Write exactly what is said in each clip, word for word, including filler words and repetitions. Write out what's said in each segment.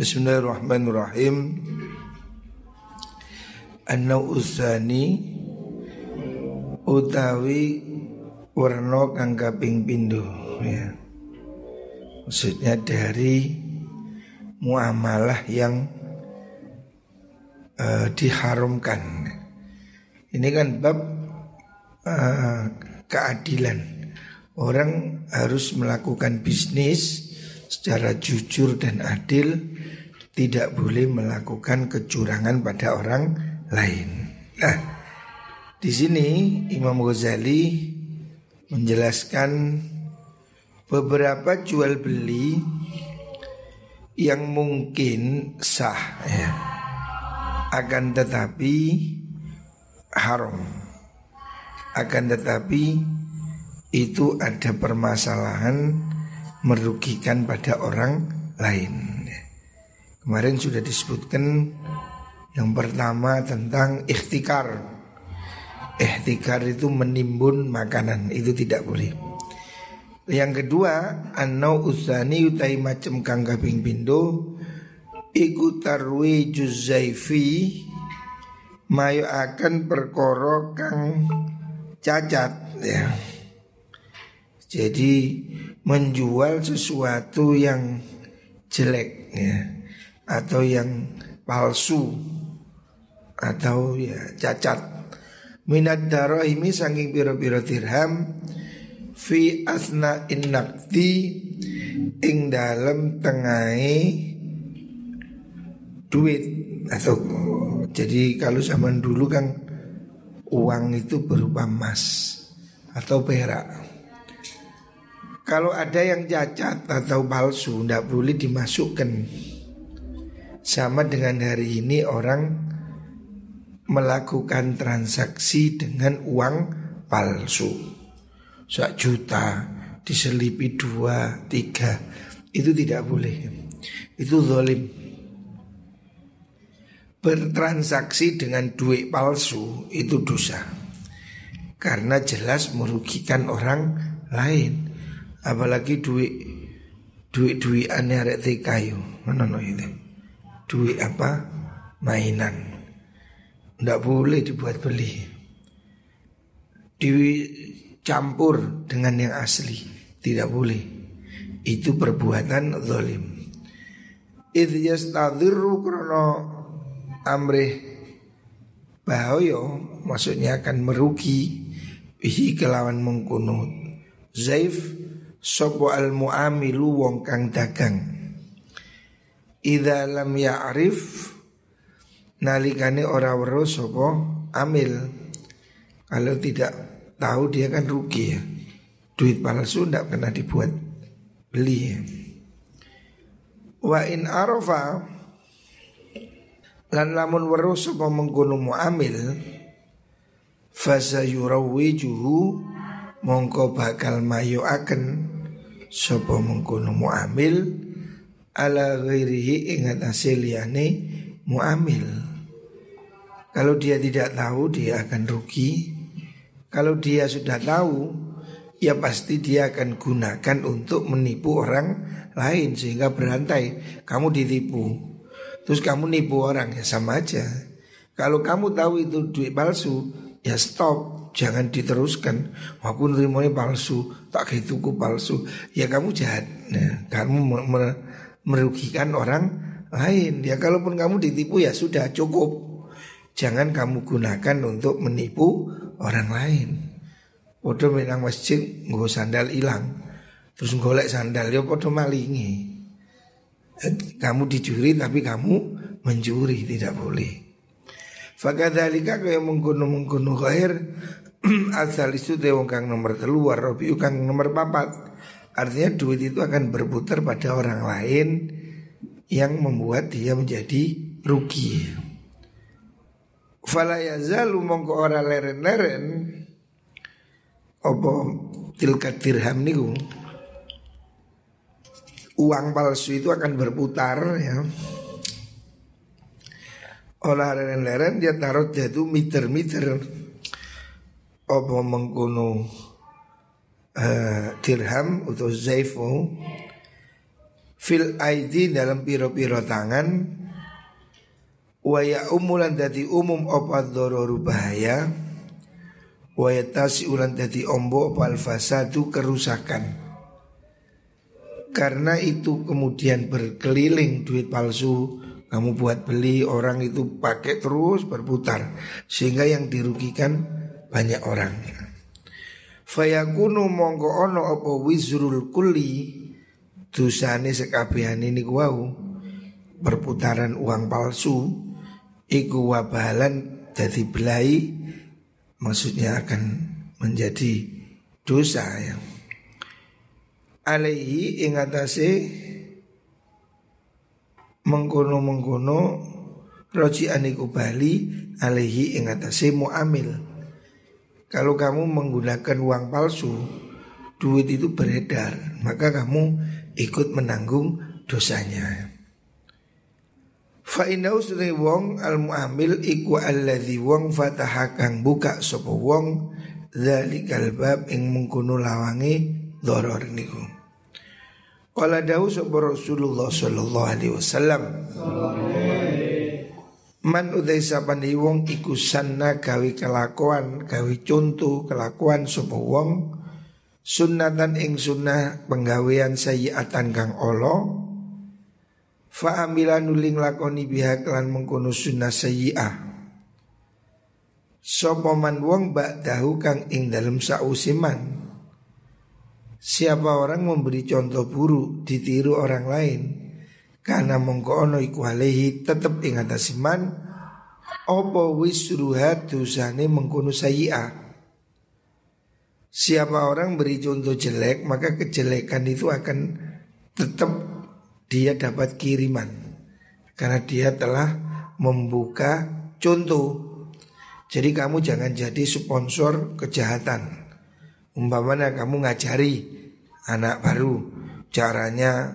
Bismillahirrahmanirrahim. An-naw'u tsani utawi warna kang kaping pindho ya. Maksudnya dari muamalah yang uh, diharamkan. Ini kan bab uh, keadilan. Orang harus melakukan bisnis secara jujur dan adil, tidak boleh melakukan kecurangan pada orang lain. Nah, di sini Imam Ghazali menjelaskan beberapa jual beli yang mungkin sah ya, akan tetapi haram, akan tetapi itu ada permasalahan merugikan pada orang lain. Kemarin sudah disebutkan yang pertama tentang ikhtikar. Ikhtikar itu menimbun makanan, itu tidak boleh. Yang kedua, an-naw'u tsani utai macem kang kaping pindho iku tarwi juzaifi mayo akan perkara kang cacat ya. Jadi menjual sesuatu yang jelek ya, atau yang palsu atau ya cacat. Minad darahimi saking pira-pira dirham fi asna innakti ing dalam tengahe duit. Atau jadi kalau zaman dulu kan uang itu berupa emas atau perak. Kalau ada yang cacat atau palsu tidak boleh dimasukkan. Sama dengan hari ini orang melakukan transaksi dengan uang palsu. Sak juta diselipi dua, tiga, itu tidak boleh. Itu zalim. Bertransaksi dengan duit palsu itu dosa, karena jelas merugikan orang lain. Apalagi duit duit duit aneh arek kayu, mana no itu, duit apa mainan, ndak boleh dibuat beli, dicampur dengan yang asli, tidak boleh. Itu perbuatan zalim. Idh yastadhiru krono amrih bahaya, maksudnya akan merugi bihi kelawan mengkunut zaif sopo al muamilu wong kang dagang. Idza lam ya'rif nalikane ora weruh sopo amil. Kalau tidak tahu dia kan rugi ya. Duit palsu ndak pernah dibuat beli ya. Wa in arafa lan lamun weruh sopo mengkono muamil fasayurawijuhu mongko bakal mayu akan sapa mengkono muamil ala ghairihi ing atase liyane muamil. Kalau dia tidak tahu dia akan rugi. Kalau dia sudah tahu ya pasti dia akan gunakan untuk menipu orang lain sehingga berantai. Kamu ditipu, terus kamu nipu orang, ya sama aja. Kalau kamu tahu itu duit palsu, ya stop, jangan diteruskan. Aku nerimanya palsu, tak gitu palsu. Ya kamu jahat, nah, kamu merugikan orang lain. Ya kalaupun kamu ditipu ya sudah cukup. Jangan kamu gunakan untuk menipu orang lain. Podo menang masjid nggo sandal hilang, terus golek sandal ya podo malingi. Kamu dicuri tapi kamu mencuri, tidak boleh. Fakadzalika kaya mengkono-mengkono khair asal isu te wong kang nomor telu warobi kang nomor papat. Artinya duit itu akan berputar pada orang lain yang membuat dia menjadi rugi. Fala yazalu mongko ora leren-leren apa tilka dirham niku. Uang palsu itu akan berputar ya. Olah leren-leren dia taruh jatuh meter-meter apa mengkono uh, dirham atau zaifu fil aidi dalam piro-piro tangan, wa ya umulan dadi umum apa dhararu bahaya, wa yatasi ulan dadi ombo apa al-fasadu kerusakan. Karena itu kemudian berkeliling duit palsu, kamu buat beli, orang itu pakai terus berputar, sehingga yang dirugikan banyak orang. Fayakunu mongko ono apa wizrul kulli, dosane sekabehane niku wau perputaran uang palsu iku wabalan jadi belai, maksudnya akan menjadi dosa ya. Alaihi ing atase mengkono-mengkono roji'an iku bali alaihi ing atase muamil. Kalau kamu menggunakan uang palsu, duit itu beredar, maka kamu ikut menanggung dosanya. Fa innahu sunni wong al muamil iku alladzi wong fataha kang buka sapa wong zalikal bab ing mengkono lawange dharar niku. Qala dawu sapa Rasulullah sallallahu alaihi wasallam, man udai sapane wong iku sanna gawe kelakuan, gawe contoh kelakuan sapa wong sunnatan ing sunnah penggawean sayyiatan kang ala, fa amila nuling lakoni biha kelan mengkono sunnah sayyi'ah. Sapa man wong ba'dahu kang ing dalem sausiman. Siapa orang memberi contoh buruk ditiru orang lain, karena mongko ono iku alehi tetep ing atas iman apa wisruha dosane mengkono sayyi'ah. Siapa orang beri contoh jelek, maka kejelekan itu akan tetap dia dapat kiriman, karena dia telah membuka contoh. Jadi kamu jangan jadi sponsor kejahatan. Umpamanya kamu ngajari anak baru caranya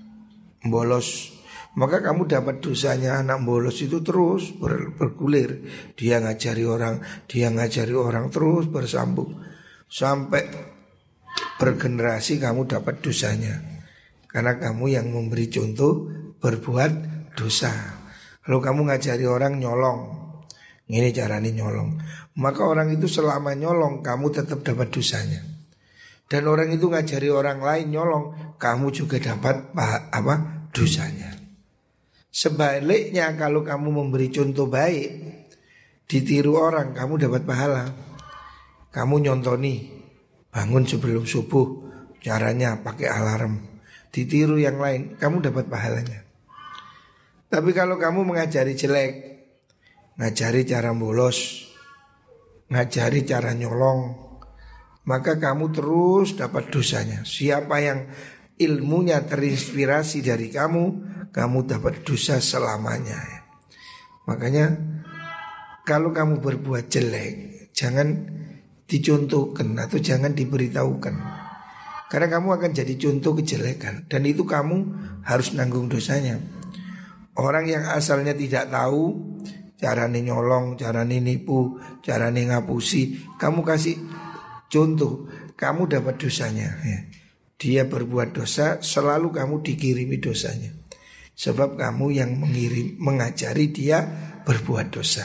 bolos, maka kamu dapat dosanya anak bolos itu terus ber, bergulir. Dia ngajari orang, dia ngajari orang terus bersambung sampai bergenerasi kamu dapat dosanya, karena kamu yang memberi contoh berbuat dosa. Kalau kamu ngajari orang nyolong, ini caranya nyolong, maka orang itu selama nyolong kamu tetap dapat dosanya. Dan orang itu ngajari orang lain nyolong, kamu juga dapat apa dosanya. Sebaliknya kalau kamu memberi contoh baik, ditiru orang, kamu dapat pahala. Kamu nyontoni bangun sebelum subuh, caranya pakai alarm, ditiru yang lain, kamu dapat pahalanya. Tapi kalau kamu mengajari jelek, ngajari cara bolos, ngajari cara nyolong, maka kamu terus dapat dosanya. Siapa yang ilmunya terinspirasi dari kamu, kamu dapat dosa selamanya. Makanya kalau kamu berbuat jelek, jangan dicontohkan atau jangan diberitahukan, karena kamu akan jadi contoh kejelekan, dan itu kamu harus nanggung dosanya. Orang yang asalnya tidak tahu carane nyolong, carane nipu, carane ngapusi, kamu kasih contoh, kamu dapat dosanya ya. Dia berbuat dosa, selalu kamu dikirimi dosanya, sebab kamu yang mengirim, mengajari dia berbuat dosa.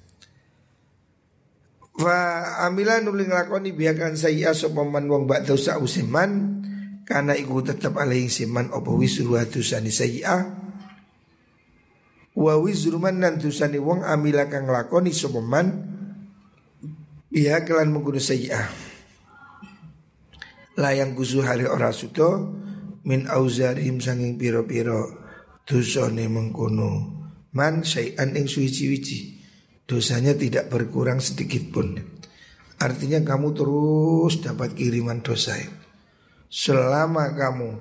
Fa amila nuling lakoni biakan saya sopaman wong bak dosa usiman, karena iku tetap alaihi siman opo wisru dosani sayyi'ah, wa wizruman nan dosani wong amila kang lakoni sopaman biha kelan mengkudu sayyi'ah, layang kusu hari ora suto min auzarim sanging piro-piro dosane mengkono man syai'an ing suci-wici, dosanya tidak berkurang sedikit pun. Artinya kamu terus dapat kiriman dosa selama kamu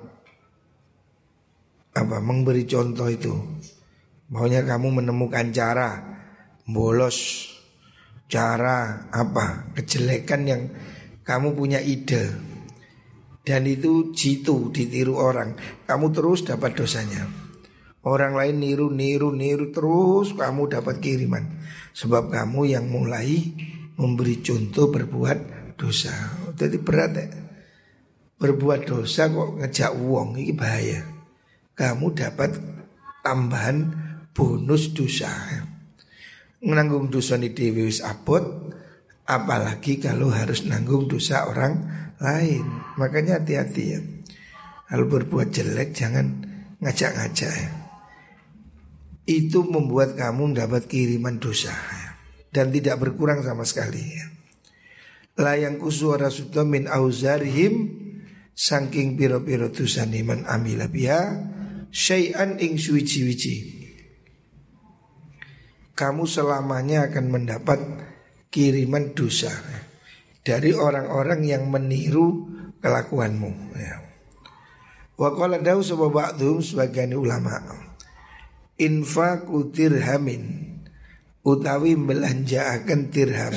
apa memberi contoh itu. Maunya kamu menemukan cara bolos, cara apa kejelekan yang kamu punya ide, dan itu jitu ditiru orang, kamu terus dapat dosanya. Orang lain niru, niru, niru terus, kamu dapat kiriman, sebab kamu yang mulai memberi contoh berbuat dosa. Jadi berat ya. Berbuat dosa kok ngejak uang, ini bahaya. kamu dapat tambahan bonus dosa. Menanggung dosa di dewi wis abot, apalagi kalau harus nanggung dosa orang lain. Makanya hati-hati ya. Kalau berbuat jelek jangan ngajak-ngajak ya. Itu membuat kamu dapat kiriman dosa ya. Dan tidak berkurang sama sekali ya. La yang kusuara sudah min auzarihim, saking piro-piro dosane man amila biha syai'an ing suwici-wici. Kamu selamanya akan mendapat kiriman dosa dari orang-orang yang meniru kelakuanmu ya. Wa qala dawu sapa ba'dhum sebagian ulama, infaqu dirhamin, utawi belanjaaken dirham,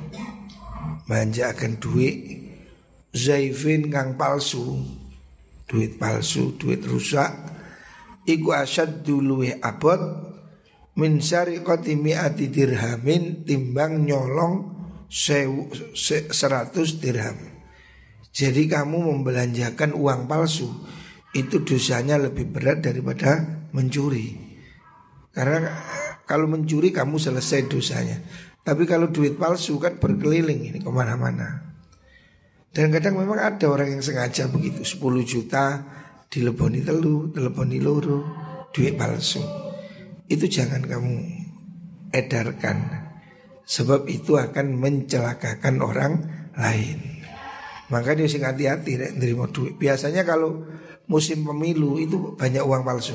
belanjaaken duit zaifin kang palsu, duit palsu, duit rusak, iku asyaddu luweh abot min syariqati mi'ati dirhamin, timbang nyolong sewu, se, seratus dirham. Jadi kamu membelanjakan uang palsu itu dosanya lebih berat daripada mencuri. Karena kalau mencuri kamu selesai dosanya. Tapi kalau duit palsu kan berkeliling ini kemana-mana. Dan kadang memang ada orang yang sengaja begitu, sepuluh juta dileboni telu, dileboni loro, duit palsu. Itu jangan kamu edarkan, sebab itu akan mencelakakan orang lain. Maka dia sing hati-hati nek nerima duit. Biasanya kalau musim pemilu itu banyak uang palsu.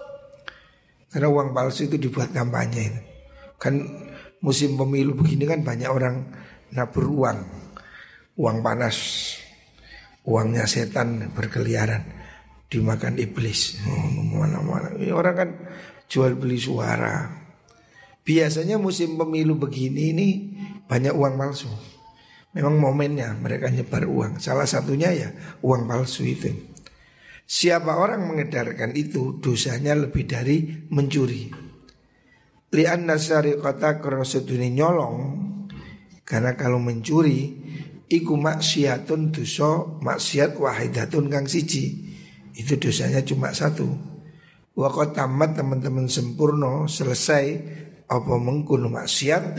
Karena uang palsu itu dibuat kampanye. Kan musim pemilu begini kan banyak orang nabur uang. Uang panas, uangnya setan berkeliaran, dimakan iblis. Oh, mana-mana. Orang kan jual beli suara. Biasanya musim pemilu begini ini banyak uang palsu. Memang momennya mereka nyebar uang. Salah satunya ya uang palsu itu. Siapa orang mengedarkan itu dosanya lebih dari mencuri. Li'anna syariqata kroseduni nyolong. Karena kalau mencuri iku maksiatun dosa, maksiat wahidatun kang siji. Itu dosanya cuma satu. Wa qad tamat teman-teman sempurna selesai apa mengkuno maksiat.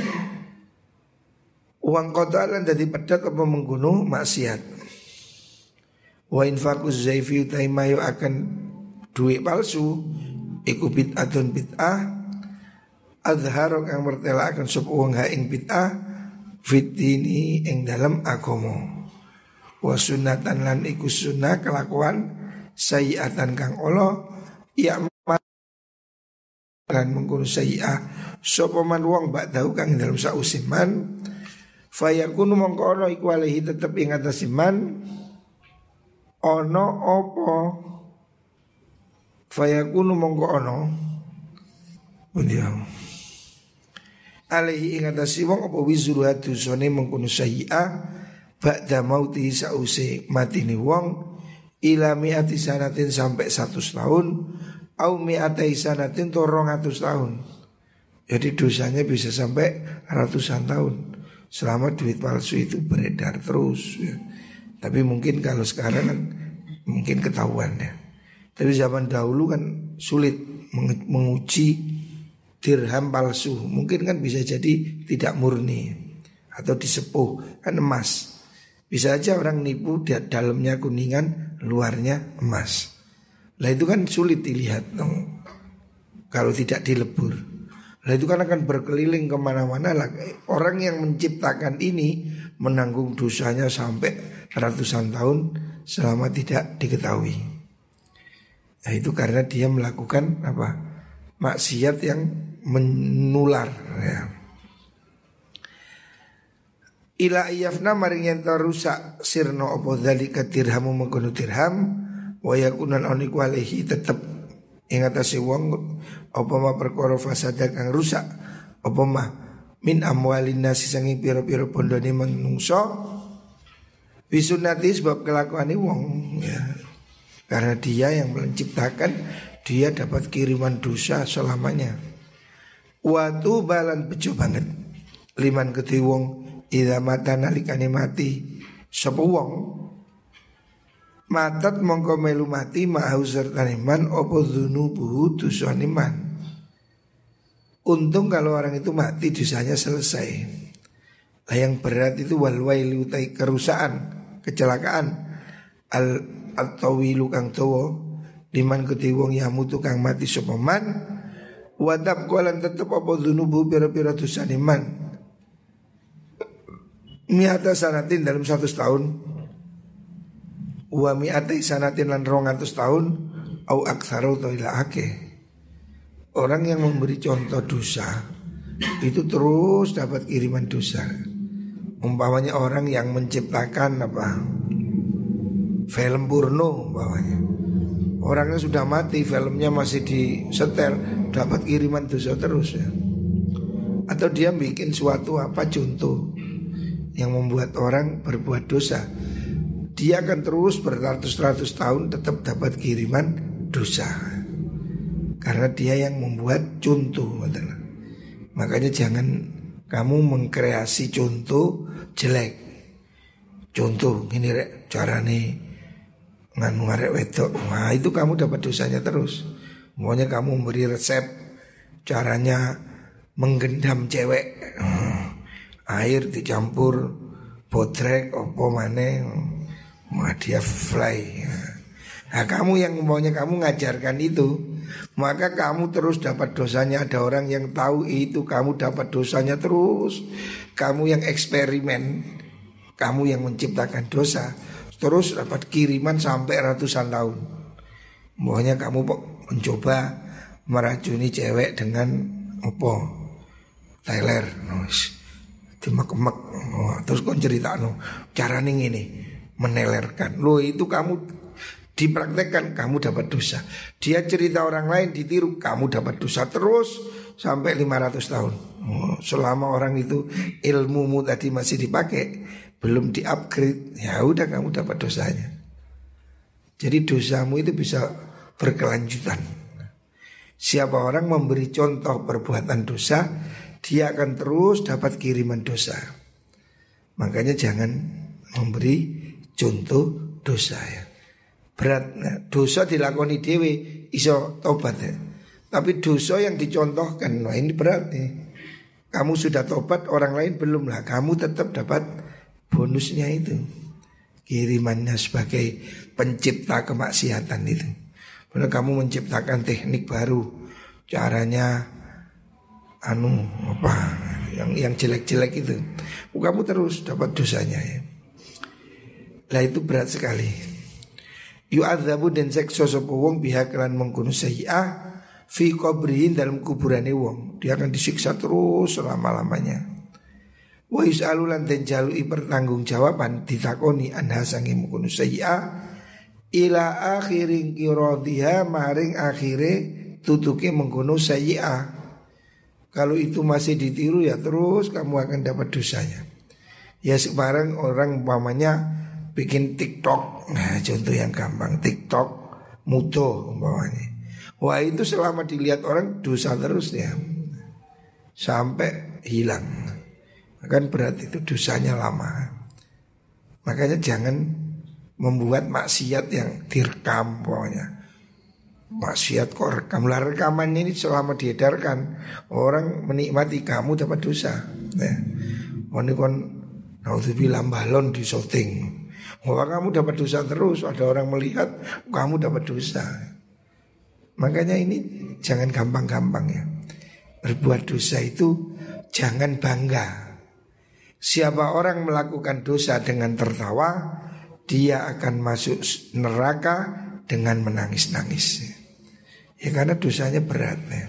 Uang kotalan dari pedat apa mengkuno maksiat. Wa infaquz zaifi utaimayu akan duit palsu iku bid'atun bid'ah azharok yang bertela akan sub uang ha ing bid'ah fitini ing dalam agomo. Wa sunatan lan iku sunnah kelakuan sayiatan kang Allah ya lan mengkono sayi'ah sapa man wong ba'dahu kang dalam sausiman fayakunu mongko ana iku alihi tetep ing atas iman ono opo fayakunu mongko ono undiam alaihi ing atase wong apa wizru hadusane mengkono sayi'ah ba'da mauti sause matine wong ila mi'ati sanatin sampai seratus tahun au mi'atai sanatin to rong atus tahun. Jadi dosanya bisa sampai ratusan tahun selama duit palsu itu beredar terus ya. Tapi mungkin kalau sekarang kan mungkin ketahuan ya. Tapi zaman dahulu kan sulit menguji dirham palsu. Mungkin kan bisa jadi tidak murni atau disepuh kan emas. Bisa aja orang nipu dia dalamnya kuningan, luarnya emas. Lah itu kan sulit dilihat dong kalau tidak dilebur. Lah itu kan akan berkeliling kemana-mana lah. Orang yang menciptakan ini menanggung dosanya sampai ratusan tahun selama tidak diketahui. Nah itu karena dia melakukan apa? Maksiat yang menular ya. Ila iyafna maring yen rusak sirno apa dzalika dirhamu mengkono dirham wa yakunan oniku alaihi tetep ing atase wong apa ma perkara fasada kang rusak apa mah min amwalin nasi sangi pira-pira pondone manungsa bisunati sebab kelakuane wong ya. Karena dia yang menciptakan, dia dapat kiriman dosa selamanya. Watu balan bejo banget liman kedhi wong idza mata nalikane mati sapa wong Matat mongko melu mati ma'ahu sertane man opo dzunubuhu dosane man. Untung kalau orang itu mati dosanya selesai. Nah yang berat itu wal wailu utai kerusakan, kecelakaan al at-tawilu kang dawa liman kedhe wong yamutu kang mati sapa man wa tabqalan tetep apa dzunubu pira-pira dosane man. Mi'ata sanatin dalam seratus tahun wa mi'ata sanatin lan rong atus tahun au aktsara utawa ila akeh. Orang yang memberi contoh dosa itu terus dapat kiriman dosa. Umpamanya orang yang menciptakan apa film porno umpamanya, orangnya sudah mati, filmnya masih disetel, dapat kiriman dosa terus ya. Atau dia bikin suatu apa contoh yang membuat orang berbuat dosa, dia akan terus beratus-ratus tahun tetap dapat kiriman dosa. Karena dia yang membuat contoh. Makanya jangan kamu mengkreasi contoh jelek. Contoh ini rek carane nganu ngarek wedok. Wah itu kamu dapat dosanya terus. Maunya kamu memberi resep caranya menggendam cewek. Air dicampur bodrek opo maneh. Wah dia fly. Nah kamu yang maunya kamu ngajarkan itu, maka kamu terus dapat dosanya. Ada orang yang tahu itu, kamu dapat dosanya terus. Kamu yang eksperimen, kamu yang menciptakan dosa, terus dapat kiriman sampai ratusan tahun. Maunya kamu mencoba meracuni cewek dengan opo Tyler, dimek-mek, terus kon cerita no carane ngene menelerkan. Loh itu kamu dipraktekkan, kamu dapat dosa. Dia cerita orang lain ditiru, kamu dapat dosa terus sampai lima ratus tahun. Oh, selama orang itu ilmumu tadi masih dipakai, belum di-upgrade, ya udah kamu dapat dosanya. Jadi dosamu itu bisa berkelanjutan. Siapa orang memberi contoh perbuatan dosa, dia akan terus dapat kiriman dosa. Makanya jangan memberi contoh dosa ya. Berat, nah, dosa dilakoni dewe iso tobat ya. Tapi dosa yang dicontohkan, nah ini berat nih. Kamu sudah tobat, orang lain belum lah, kamu tetap dapat bonusnya itu, kirimannya sebagai pencipta kemaksiatan itu. Karena kamu menciptakan teknik baru, caranya anu apa yang yang jelek-jelek itu, kamu terus dapat dosanya ya. Lah itu berat sekali. Yu'adzabu dan sekso sapa wong biha kelan mengkono sayyi'ah fi qabrihin dalam kuburane wong. Dia akan disiksa terus selama-lamanya. Wa yus'alu lan den jalui pertanggungjawaban ditakoni anha sange mengkono sayyi'ah ila akhirin qiradhiha maring akhire tutuke mengkono sayyi'ah. Kalau itu masih ditiru ya terus kamu akan dapat dosanya. Ya sekarang orang umpamanya bikin TikTok, nah contoh yang gampang, TikTok muto umpamanya. Wah itu selama dilihat orang dosa terus ya, sampai hilang. Kan berat itu dosanya lama. Makanya jangan membuat maksiat yang direkam umpamanya. Maksiat kok rekam, lah rekaman ini selama diedarkan orang menikmati kamu dapat dosa. Nah, ini kon naudzubillah balon di syuting. Wah kamu dapat dosa terus, ada orang melihat kamu dapat dosa. Makanya ini jangan gampang-gampang ya. Berbuat dosa itu jangan bangga. Siapa orang melakukan dosa dengan tertawa, dia akan masuk neraka dengan menangis-nangis. Ya karena dosanya berat ya.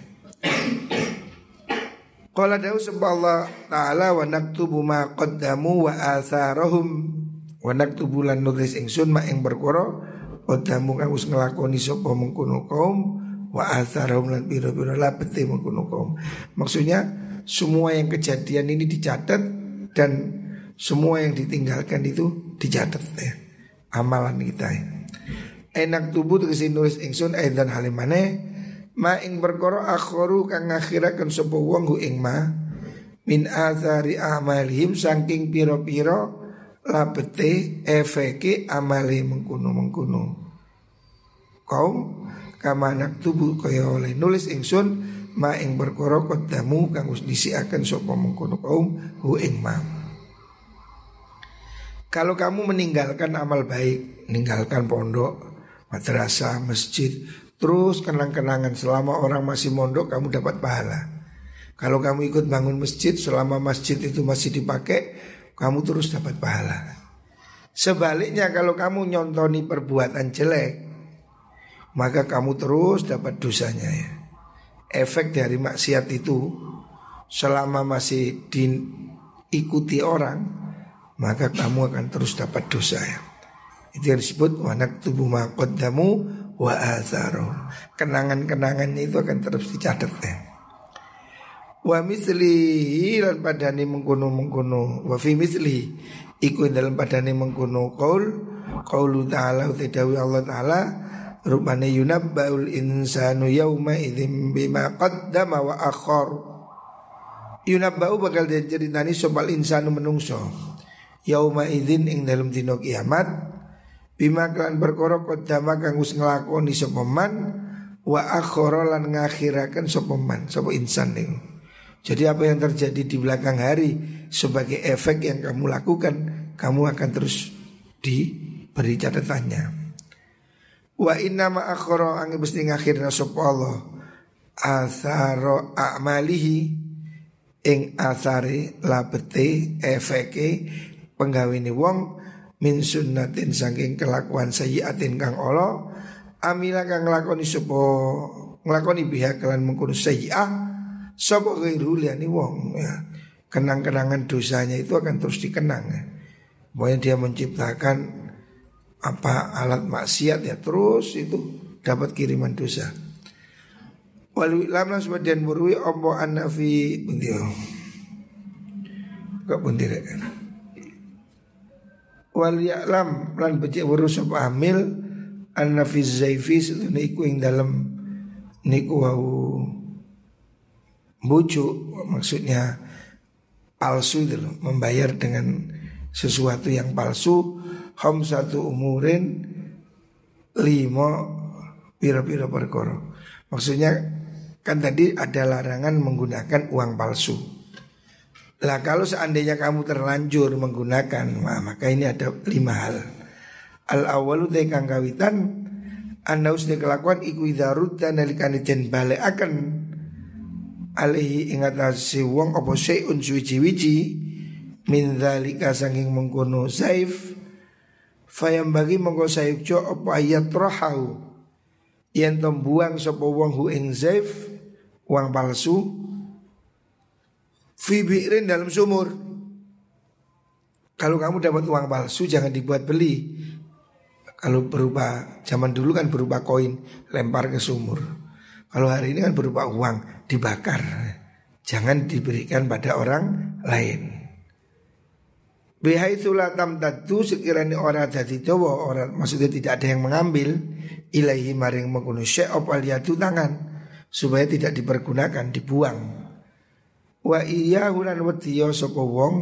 Qala dawu subhanallah ta'ala wa naktubu ma qaddamu wa atharahum. Wa naktubu lan nulis ingsun ma ing perkara qaddamu kang wis nglakoni sapa mengkono kaum wa atharahum lan pira-pira labete mengkono kaum. Maksudnya semua yang kejadian ini dicatat dan semua yang ditinggalkan itu dicatat ya. Amalan kita ya. Enak tubuh tegese nulis ingsun aidan halimane ma ing perkara akhiru kang ngakhiraken sapa wong ing ma min athari amalihim saking pira-pira labete efeke amale mengkuno-mengkuno kaum kama naktubu kaya oleh nulis ingsun ma ing perkara qaddamu kang wis dhisikaken sapa mengkono kaum hu ing ma. Kalau kamu meninggalkan amal baik, meninggalkan pondok, madrasah, masjid, terus kenang-kenangan selama orang masih mondok kamu dapat pahala. Kalau kamu ikut bangun masjid selama masjid itu masih dipakai, kamu terus dapat pahala. Sebaliknya kalau kamu nyontoni perbuatan jelek, maka kamu terus dapat dosanya ya. Efek dari maksiat itu selama masih diikuti orang, maka kamu akan terus dapat dosa ya. Itu yang disebut wa naktubu ma qaddamu wa atharu. Kenangan-kenangannya itu akan terus dicatat ya. Wa misli lan padane mengkono-mengkono wa fi misli iku dalam padane mengkono qaul qaulu ta'ala utedawi Allah taala rupane yunabbaul insanu yauma idzim bima qaddama wa akhar. Yunabbau bakal diceritani sopal insanu menungso yauma idzin ing dalam dina kiamat bima kan perkara qaddama kang wis nglakoni sapa man wa akhara lan ngakhiraken sapa man sapa insan niku. Jadi apa yang terjadi di belakang hari sebagai efek yang kamu lakukan, kamu akan terus diberi catatannya. Wa inna ma akhara ang mesti ngakhirna sapa Allah atharo a'malihi ing athari labete efeke penggawene wong min sunnatin saking kelakuan sayyiatin kang ala amila kang nglakoni sapa nglakoni pihak kelan mengkono sayyi'ah sapa ghairu liyane wong ya. Kenang-kenangan dosanya itu akan terus dikenang ya. Pokoknya dia menciptakan apa alat maksiat ya terus itu dapat kiriman dosa. Walau lama sebagian murwi ombo anafi bundio kok bundire. Wal ya'lam lan becik weruh sapa amil anafi zaifi sedene iku ing dalem niku wau bujuk, maksudnya palsu itu loh, membayar dengan sesuatu yang palsu. Hom satu umurin lima pira-pira perkara. Maksudnya kan tadi ada larangan menggunakan uang palsu. Lah kalau seandainya kamu terlanjur menggunakan, nah, maka ini ada lima hal. Al awalu te kang kawitan anaus de kelakuan iku idarut dan nalikane den balekaken alaihi ingatasi wong apa syai'un suwi-wiji min dzalika sanging mengkono saif fayam bagi mengko saifjo apa ayat rohau yen tembuang sapa wong hu ing zaif uang palsu fi bi'rin dalam sumur. Kalau kamu dapat uang palsu jangan dibuat beli. Kalau berupa zaman dulu kan berupa koin lempar ke sumur. Kalau hari ini kan berupa uang dibakar. Jangan diberikan pada orang lain. Bihaitsulah tamtatu sekiranya orang dadi dawa orang maksudnya tidak ada yang mengambil ilahi maring mengkono syai' opal yadu tangan supaya tidak dipergunakan dibuang. Wa iya hulan wadiya sapa wong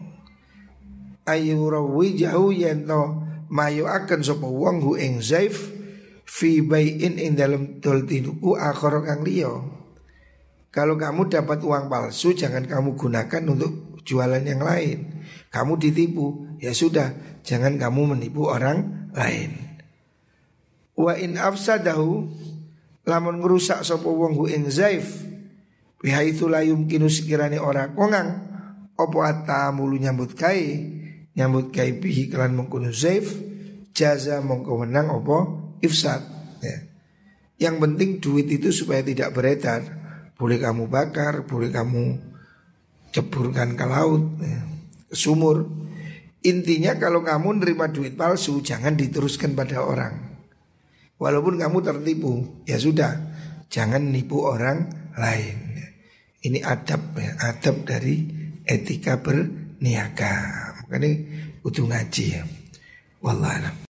ayu rawi jauh yento mayu akan sapa wong hu ing zaif fi bai'in ing dalam dol tinuku akhara kang liya. Kalau kamu dapat uang palsu jangan kamu gunakan untuk jualan yang lain. Kamu ditipu, ya sudah, jangan kamu menipu orang lain. Wa in afsadahu lamun ngrusak sapa wong hu ing zaif bihaitsu la yumkinu sekirane ora kongang apa atta mulu nyambut gawe nyambut gawe bihi kelan mengkono zaif jaza mongko menang apa ifsad ya. Yang penting duit itu supaya tidak beredar. Boleh kamu bakar, boleh kamu ceburkan ke laut ya, ke sumur. Intinya kalau kamu nerima duit palsu jangan diteruskan pada orang. Walaupun kamu tertipu, ya sudah, jangan nipu orang lain. Ini adab ya, adab dari etika berniaga. Makanya kudu ngaji ya. Wallahualam.